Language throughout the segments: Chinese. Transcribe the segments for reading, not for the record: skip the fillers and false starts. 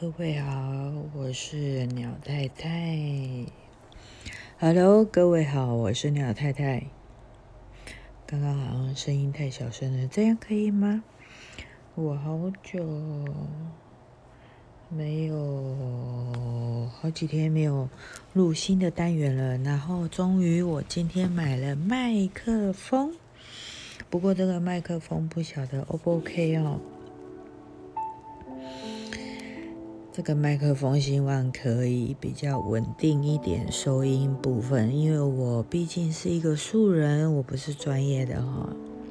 各位好，我是鸟太太。Hello， 各位好，我是鸟太太。刚刚好像声音太小声了，这样可以吗？我好几天没有录新的单元了，然后终于我今天买了麦克风，不过这个麦克风不晓得 O 不 OK 哦。这个麦克风希望可以比较稳定一点收音部分，因为我毕竟是一个素人，我不是专业的哈。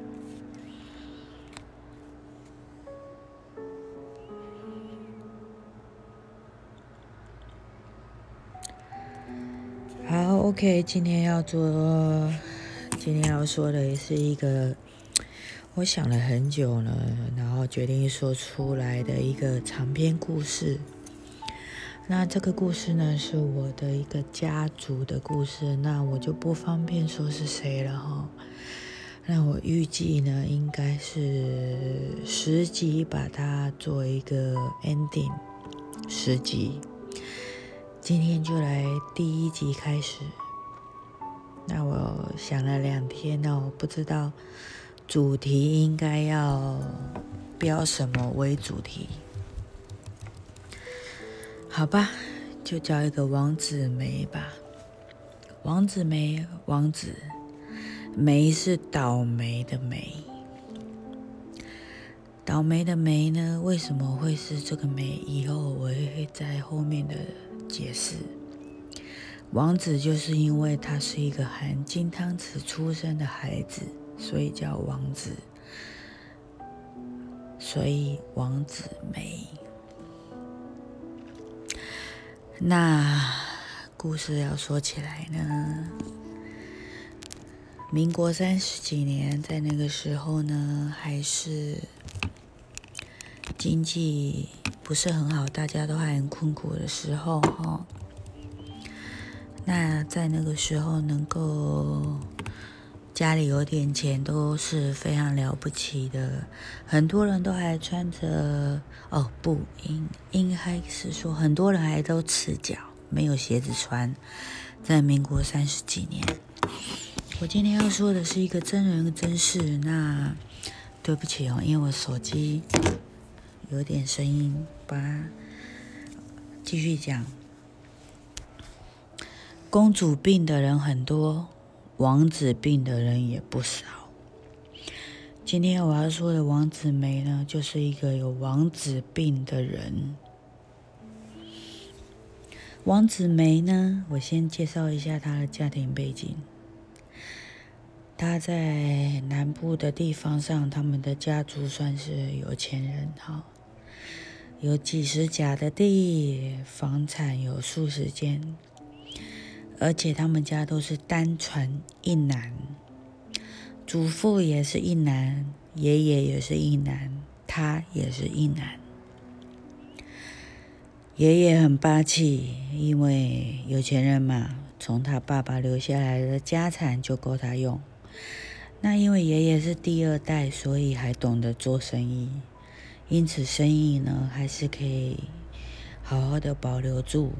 好 ，OK， 今天要说的也是一个我想了很久了，然后决定说出来的一个长篇故事。那这个故事呢，是我的一个家族的故事，那我就不方便说是谁了哈。那我预计呢，应该是10集把它做一个 ending， 10集。今天就来第1集开始。那我想了2天哦，不知道主题应该要标什么为主题。好吧，就叫一个王子梅吧。王子梅，王子，梅是倒霉的梅。倒霉的梅呢，为什么会是这个梅？以后我会在后面的解释。王子就是因为他是一个含金汤匙出生的孩子，所以叫王子，所以王子梅。那故事要说起来呢，民国30几年，在那个时候呢，还是经济不是很好，大家都还很困苦的时候哈。那在那个时候能够家里有点钱都是非常了不起的，很多人都还穿着应该是说很多人还都赤脚，没有鞋子穿，在民国30几年。我今天要说的是一个真人真事，那对不起哦，因为我手机有点声音，继续讲。公主病的人很多，王子病的人也不少。今天我要说的王子梅呢，就是一个有王子病的人。王子梅呢，我先介绍一下他的家庭背景。他在南部的地方上，他们的家族算是有钱人哈，有几十甲的地，房产有数十间。而且他们家都是单传一男，祖父也是一男，爷爷也是一男，他也是一男。爷爷很霸气，因为有钱人嘛，从他爸爸留下来的家产就够他用。那因为爷爷是第2代，所以还懂得做生意，因此生意呢还是可以好好的保留住。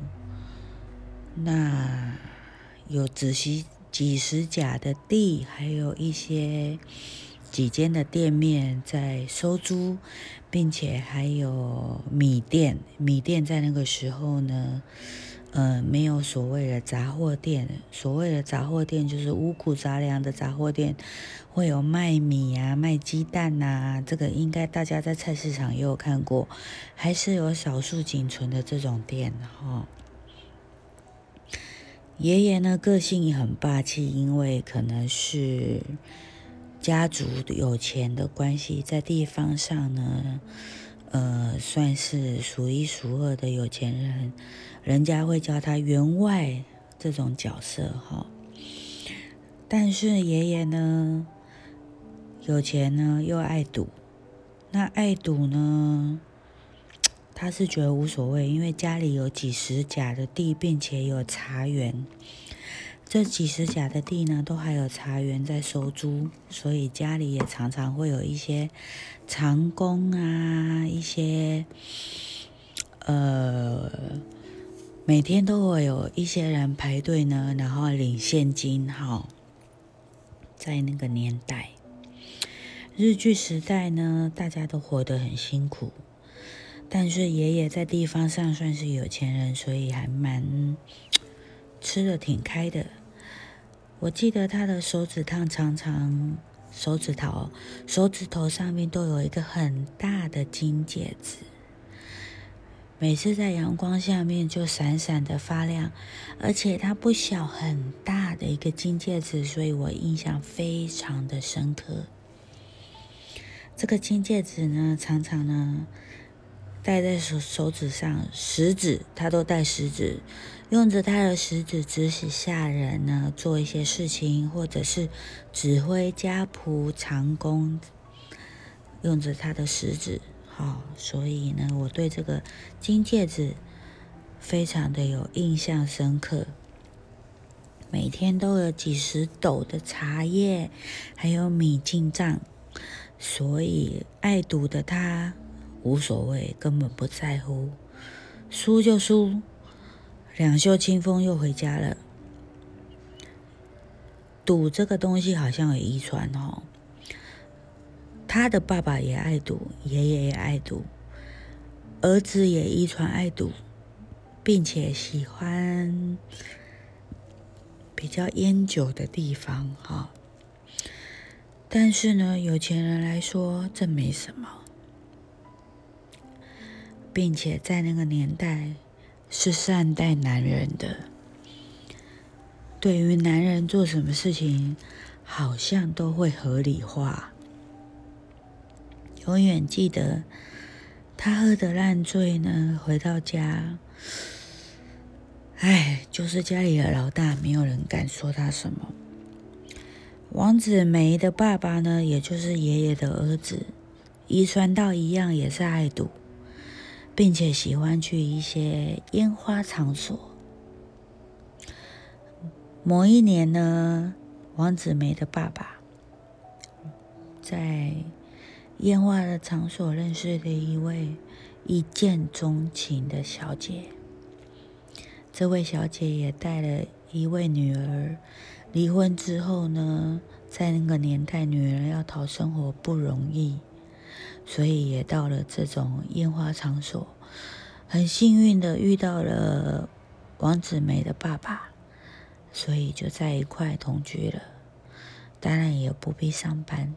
那有几十甲的地，还有几间的店面在收租，并且还有米店。米店在那个时候呢，没有所谓的杂货店。所谓的杂货店就是五谷杂粮的杂货店，会有卖米啊、卖鸡蛋啊，这个应该大家在菜市场也有看过，还是有少数仅存的这种店哈。爷爷呢，个性也很霸气，因为可能是家族有钱的关系，在地方上呢，算是数1数2的有钱人，人家会叫他员外这种角色哈。但是爷爷呢，有钱呢又爱赌，那爱赌呢，他是觉得无所谓，因为家里有几十甲的地，并且有茶园。这几十甲的地呢，都还有茶园在收租，所以家里也常常会有一些长工啊，一些每天都会有一些人排队呢，然后领现金在那个年代，日据时代呢，大家都活得很辛苦，但是爷爷在地方上算是有钱人，所以还蛮吃得挺开的。我记得他的手指头上面都有一个很大的金戒指，每次在阳光下面就闪闪的发亮，而且它不小，很大的一个金戒指，所以我印象非常的深刻。这个金戒指呢，常常呢戴在手指上，食指他都戴食指，用着他的食指指使下人呢做一些事情，或者是指挥家仆长工，用着他的食指。所以呢，我对这个金戒指非常的有印象深刻。每天都有几十斗的茶叶，还有米进账，所以爱赌的他无所谓，根本不在乎，输就输，两袖清风又回家了。赌这个东西好像有遗传他的爸爸也爱赌，爷爷也爱赌，儿子也遗传爱赌，并且喜欢比较烟酒的地方但是呢，有钱人来说这没什么，并且在那个年代是善待男人的，对于男人做什么事情好像都会合理化。永远记得他喝得烂醉呢，回到家，就是家里的老大，没有人敢说他什么。王子梅的爸爸呢，也就是爷爷的儿子，遗传到一样也是爱赌，并且喜欢去一些烟花场所。某一年呢，王子梅的爸爸在烟花的场所认识了一位一见钟情的小姐，这位小姐也带了一位女儿。离婚之后呢，在那个年代，女人要讨生活不容易，所以也到了这种烟花场所。很幸运的遇到了王子梅的爸爸，所以就在一块同居了，当然也不必上班。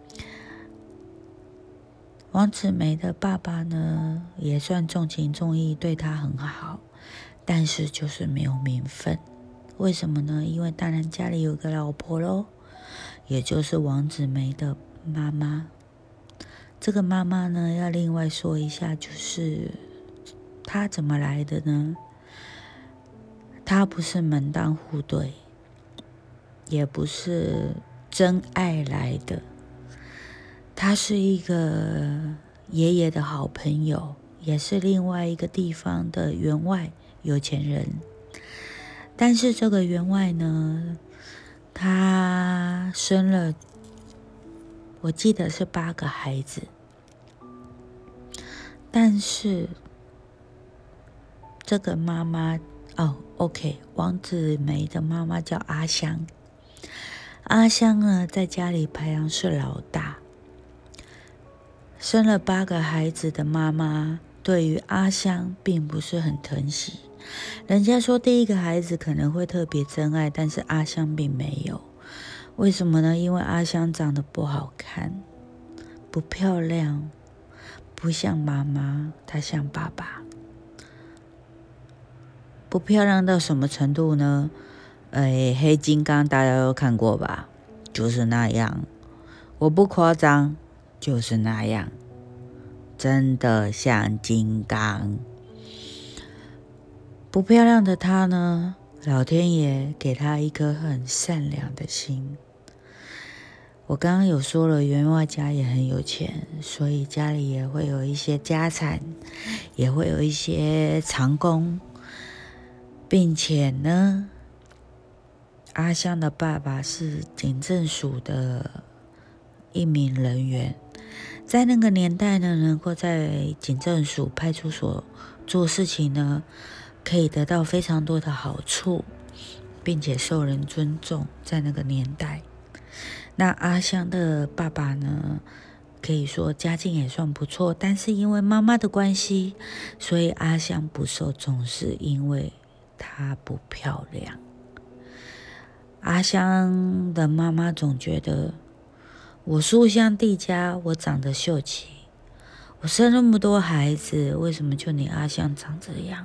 王子梅的爸爸呢，也算重情重义，对她很好，但是就是没有名分。为什么呢？因为当然家里有个老婆咯，也就是王子梅的妈妈。这个妈妈呢，要另外说一下，就是她怎么来的呢？她不是门当户对，也不是真爱来的，他是一个爷爷的好朋友，也是另外一个地方的员外有钱人。但是这个员外呢，他生了，我记得是8个孩子。但是这个妈妈王子梅的妈妈叫阿香。阿香呢，在家里排行是老大。生了8个孩子的妈妈，对于阿香并不是很疼惜。人家说第一个孩子可能会特别真爱，但是阿香并没有。为什么呢？因为阿香长得不好看，不漂亮，不像妈妈，她像爸爸。不漂亮到什么程度呢？黑金刚大家都看过吧，就是那样，我不夸张，就是那样，真的像金刚。不漂亮的她呢，老天爷给她一颗很善良的心。我刚刚有说了，员外家也很有钱，所以家里也会有一些家产，也会有一些长工，并且呢，阿香的爸爸是警政署的一名人员。在那个年代呢，能够在警政署派出所做事情呢可以得到非常多的好处，并且受人尊重，在那个年代。那阿香的爸爸呢，可以说家境也算不错，但是因为妈妈的关系，所以阿香不受重视，因为她不漂亮。阿香的妈妈总觉得，我书香地家，我长得秀气，我生那么多孩子，为什么就你阿香长这样？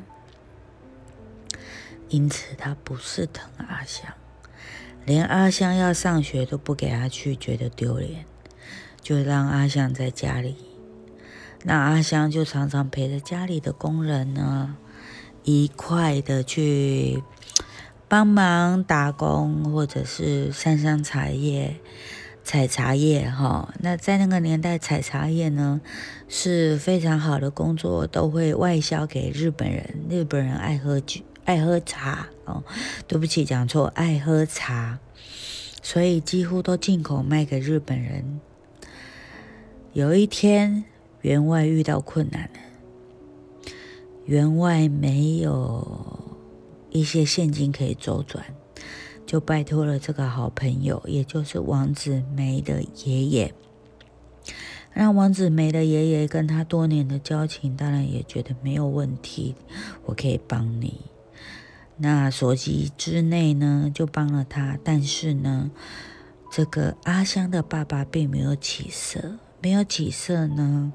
因此她不是疼阿香，连阿香要上学都不给她去，觉得丢脸，就让阿香在家里。那阿香就常常陪着家里的工人呢，一块的去帮忙打工，或者是山茶叶、采茶叶哈。那在那个年代，采茶叶呢是非常好的工作，都会外销给日本人。日本人爱喝酒、爱喝茶哦，对不起，讲错，爱喝茶，所以几乎都进口卖给日本人。有一天，员外遇到困难了，员外没有一些现金可以周转，就拜托了这个好朋友，也就是王子梅的爷爷。让王子梅的爷爷跟他多年的交情，当然也觉得没有问题，我可以帮你。那所及之内呢，就帮了他。但是呢，这个阿香的爸爸并没有起色，没有起色呢，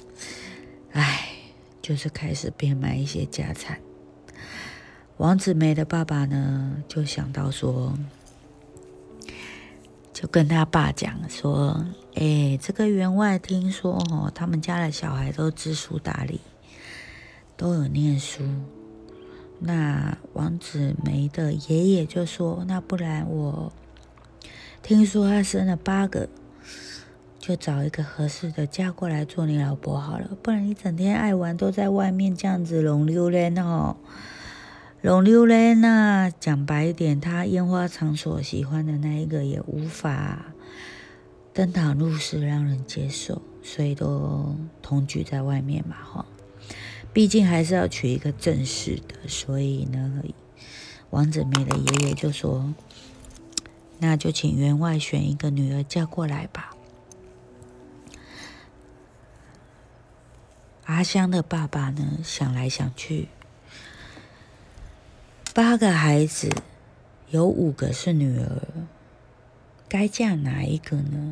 就是开始变卖一些家产。王子梅的爸爸呢，就想到说，就跟他爸讲说，这个员外听说他们家的小孩都知书达理，都有念书。那王子梅的爷爷就说，那不然我听说他生了8个，就找一个合适的嫁过来做你老婆好了，不然你整天爱玩都在外面这样子拢溜人拢溜人啊。讲白一点，他烟花场所喜欢的那一个也无法登堂入室让人接受，所以都同居在外面嘛毕竟还是要娶一个正式的，所以呢，王子梅的爷爷就说，那就请员外选一个女儿嫁过来吧。阿香的爸爸呢，想来想去，8个孩子有5个是女儿，该嫁哪一个呢？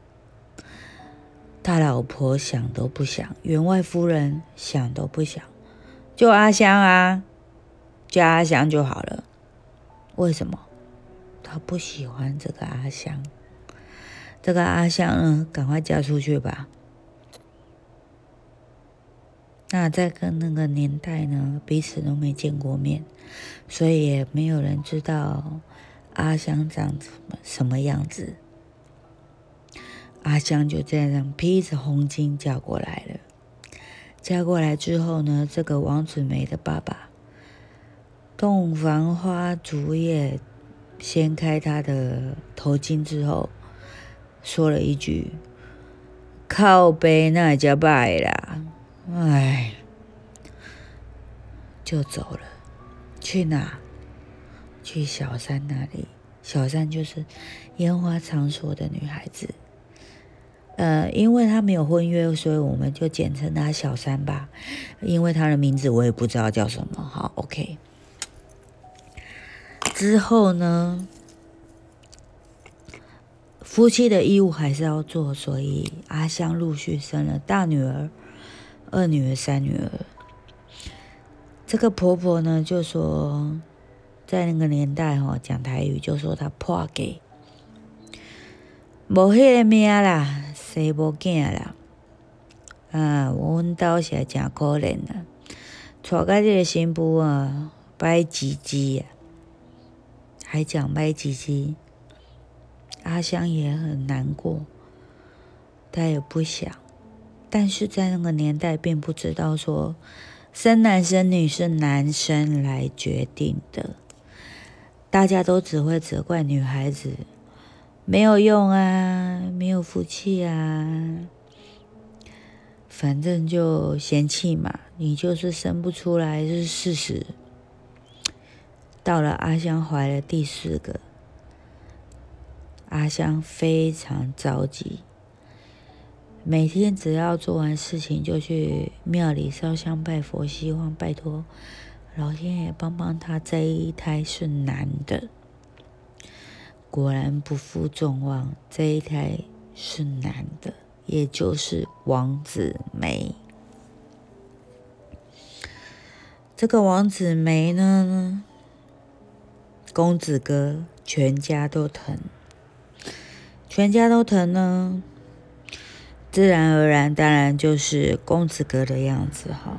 大老婆想都不想，员外夫人想都不想，就阿香啊，嫁阿香就好了。为什么？他不喜欢这个阿香。这个阿香呢，赶快嫁出去吧。那在跟那个年代呢，彼此都没见过面，所以也没有人知道阿香长什么样子。阿香就这样披着红巾嫁过来了。嫁过来之后呢，这个王子梅的爸爸洞房花烛夜掀开他的头巾之后，说了一句：靠北那家败啦，就走了。去哪？去小三那里。小三就是烟花场所的女孩子。因为她没有婚约，所以我们就简称她小三吧。因为她的名字我也不知道叫什么。好 ，OK。之后呢，夫妻的义务还是要做，所以阿香陆续生了大女儿、2女儿、3女儿。这个婆婆呢，就说，在那个年代讲台语就说她破嫁，无迄个命啦，生无囝啦。阮兜是真可怜啦，娶到这个新妇啊，摆鸡鸡啊，还讲摆鸡鸡。阿香也很难过，她也不想，但是在那个年代并不知道说生男生女是男生来决定的，大家都只会责怪女孩子没有用啊，没有福气啊。 反正就嫌弃嘛，你就是生不出来是事实。到了阿香怀了第4个，阿香非常着急，每天只要做完事情就去庙里烧香拜佛，希望拜托老天爷帮帮他，这一胎是男的。果然不负众望，这一胎是男的，也就是王子梅。这个王子梅呢，公子哥全家都疼，呢，自然而然当然就是公子哥的样子哈。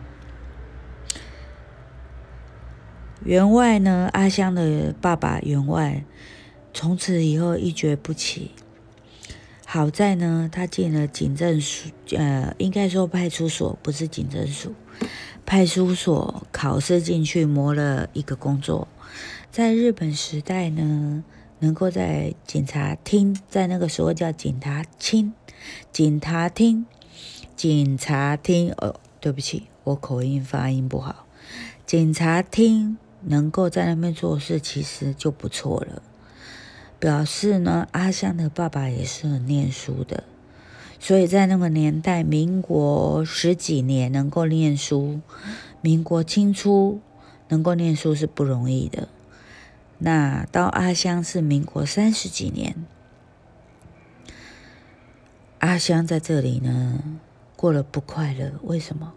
员外呢，阿香的爸爸员外从此以后一蹶不起。好在呢，他进了警政署，应该说派出所，不是警政署。派出所考试进去，磨了一个工作。在日本时代呢，能够在警察厅，在那个时候叫警察厅。对不起，我口音发音不好。警察厅能够在那边做事，其实就不错了。表示呢，阿香的爸爸也是很念书的，所以在那个年代，民国10几年能够念书，民国清初能够念书是不容易的。那到阿香是民国30几年，阿香在这里呢过得不快乐。为什么？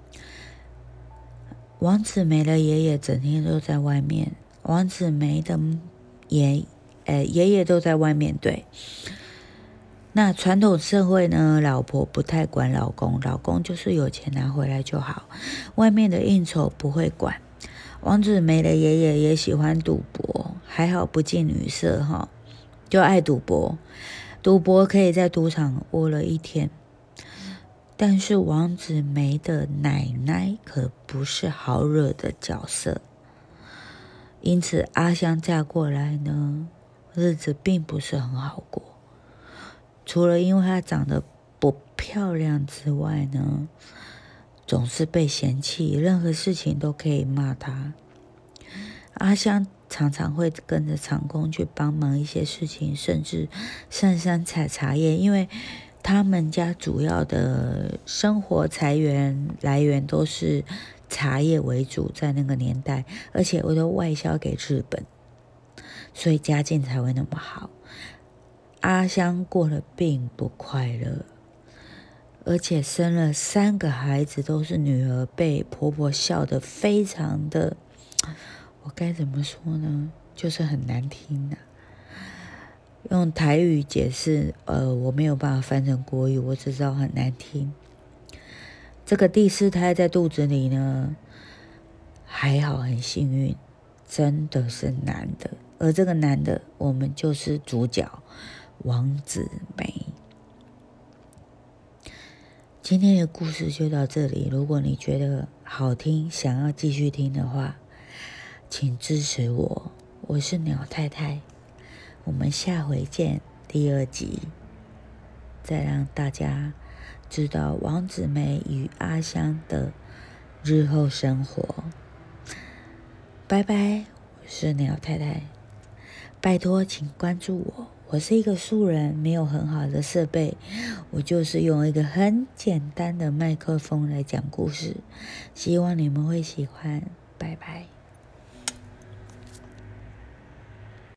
王子梅的爷爷整天都在外面，王子梅的爷爷都在外面，对。那传统社会呢，老婆不太管老公，老公就是有钱拿回来就好，外面的应酬不会管。王子梅的爷爷也喜欢赌博，还好不近女色哈，就爱赌博，赌博可以在赌场窝了一天。但是王子梅的奶奶可不是好惹的角色，因此阿香嫁过来呢，日子并不是很好过。除了因为她长得不漂亮之外呢，总是被嫌弃，任何事情都可以骂她。阿香常常会跟着长工去帮忙一些事情，甚至上山采茶叶，因为他们家主要的生活财源来源都是茶叶为主，在那个年代，而且我都外销给日本，所以家境才会那么好。阿香过得并不快乐，而且生了3个孩子都是女儿，被婆婆笑得非常的，我该怎么说呢，就是很难听啊。用台语解释，我没有办法翻成国语，我只知道很难听。这个第4胎在肚子里呢，还好很幸运，真的是男的，而这个男的，我们就是主角王子梅。今天的故事就到这里，如果你觉得好听，想要继续听的话，请支持我，我是鸟太太。我们下回见，第2集，再让大家知道王子梅与阿香的日后生活。拜拜，我是鸟太太，拜托请关注我。我是一个素人，没有很好的设备，我就是用一个很简单的麦克风来讲故事，希望你们会喜欢。拜拜。